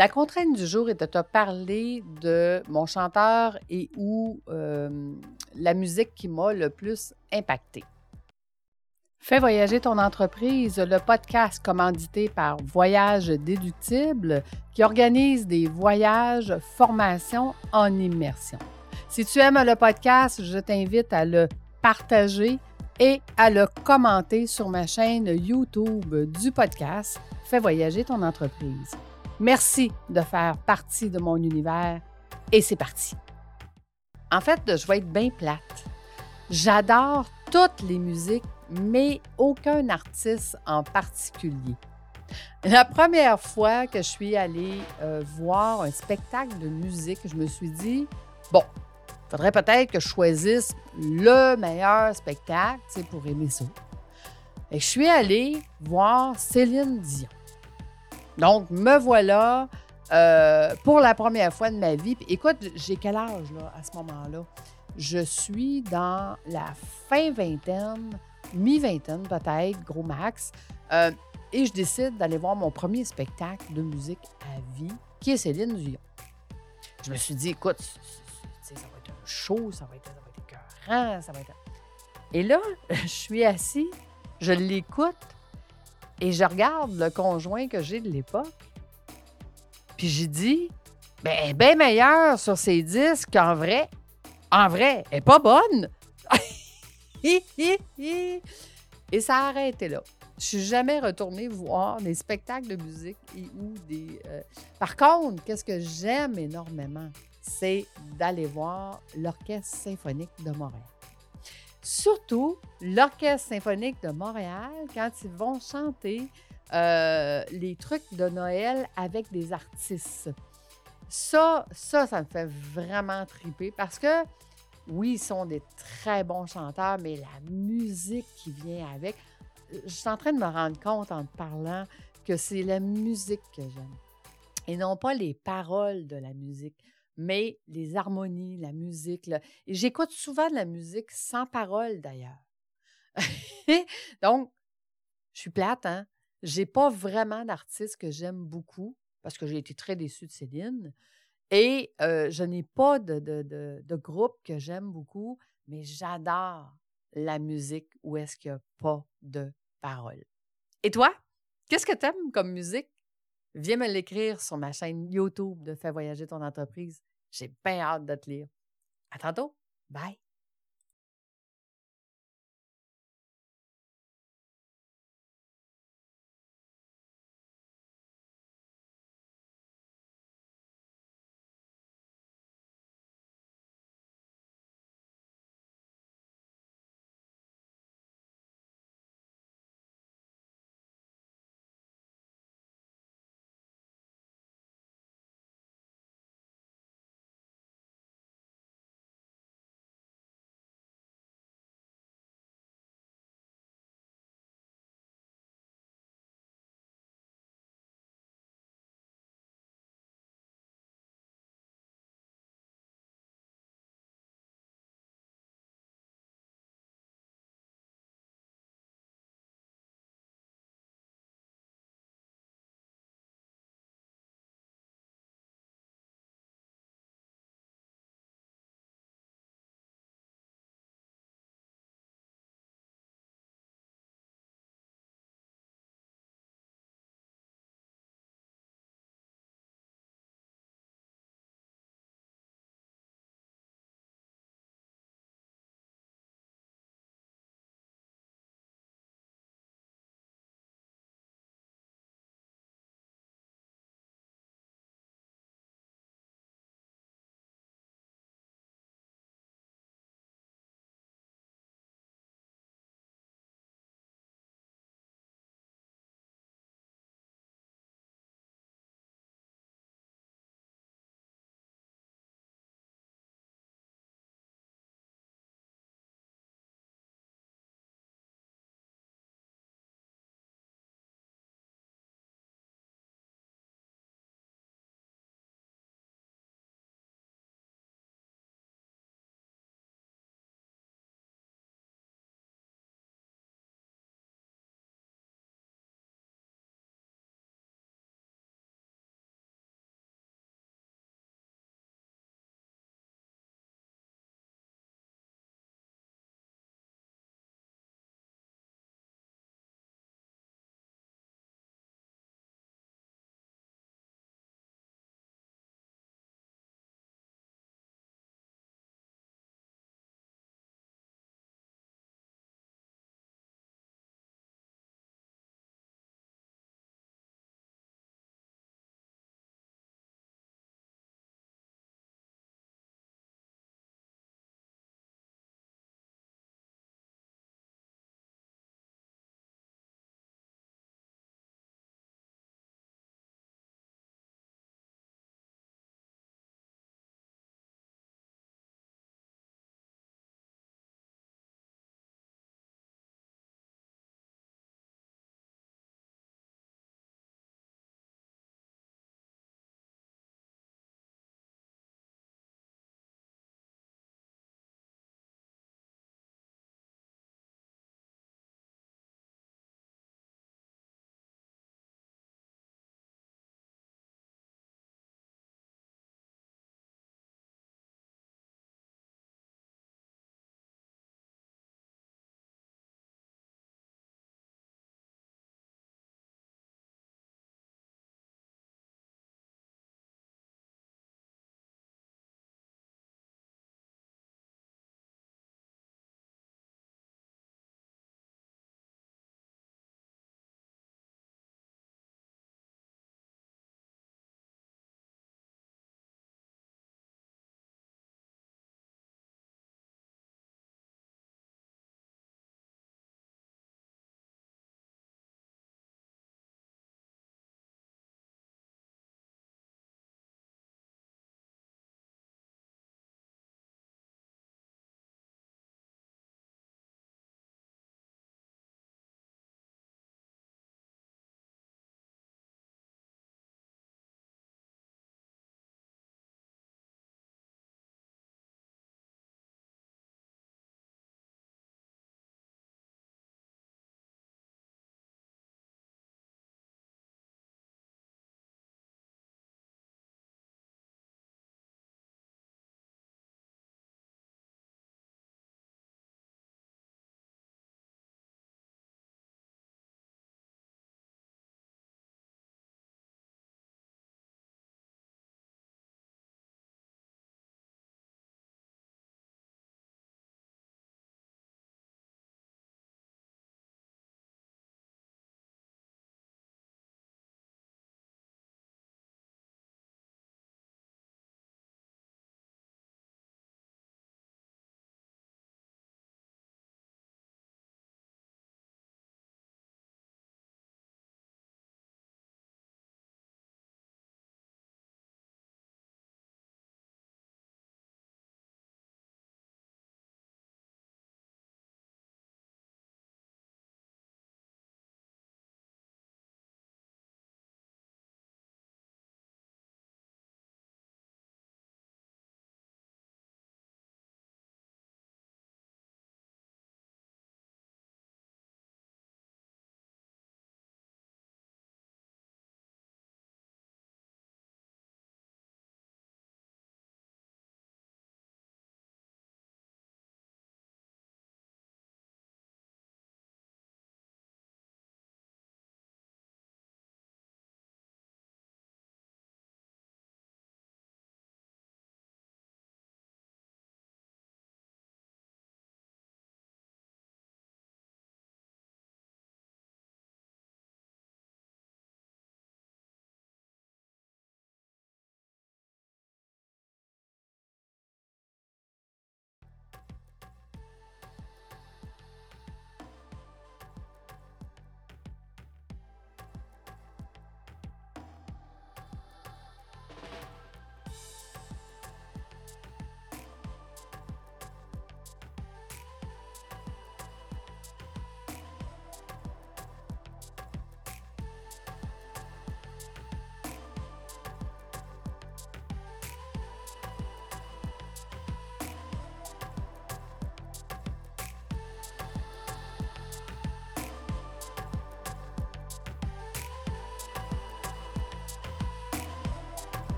La contrainte du jour est de te parler de mon chanteur et ou la musique qui m'a le plus impacté. Fais voyager ton entreprise, le podcast commandité par Voyage Déductible qui organise des voyages, formations en immersion. Si tu aimes le podcast, je t'invite à le partager et à le commenter sur ma chaîne YouTube du podcast Fais voyager ton entreprise. Merci de faire partie de mon univers et c'est parti. En fait, je vais être bien plate. J'adore toutes les musiques, mais aucun artiste en particulier. La première fois que je suis allée voir un spectacle de musique, je me suis dit, bon, il faudrait peut-être que je choisisse le meilleur spectacle pour aimer ça. Et je suis allée voir Céline Dion. Donc, me voilà pour la première fois de ma vie. Puis, écoute, j'ai quel âge là, à ce moment-là? Je suis dans la fin vingtaine, mi-vingtaine peut-être, gros max. Et je décide d'aller voir mon premier spectacle de musique à vie, qui est Céline Dion. Je me suis dit, écoute, ça va être un show, ça va être écœurant, ça va être... Et là, je suis assis, je l'écoute et je regarde le conjoint que j'ai de l'époque. Puis j'ai dit, elle est bien meilleure sur ses disques qu'en vrai. En vrai, elle n'est pas bonne. Et ça a arrêté là. Je suis jamais retournée voir des spectacles de musique et ou des... Par contre, qu'est-ce que j'aime énormément, c'est d'aller voir l'Orchestre symphonique de Montréal. Surtout l'Orchestre symphonique de Montréal, quand ils vont chanter les trucs de Noël avec des artistes. Ça me fait vraiment triper parce que, oui, ils sont des très bons chanteurs, mais la musique qui vient avec, je suis en train de me rendre compte en te parlant que c'est la musique que j'aime. Et non pas les paroles de la musique, mais les harmonies, la musique. Et j'écoute souvent de la musique sans paroles, d'ailleurs. Donc, je suis plate, hein? J'ai pas vraiment d'artiste que j'aime beaucoup parce que j'ai été très déçue de Céline. Et je n'ai pas de groupe que j'aime beaucoup, mais j'adore la musique où est-ce qu'il n'y a pas de paroles. Et toi, qu'est-ce que tu aimes comme musique? Viens me l'écrire sur ma chaîne YouTube de Fais voyager ton entreprise. J'ai bien hâte de te lire. À tantôt. Bye!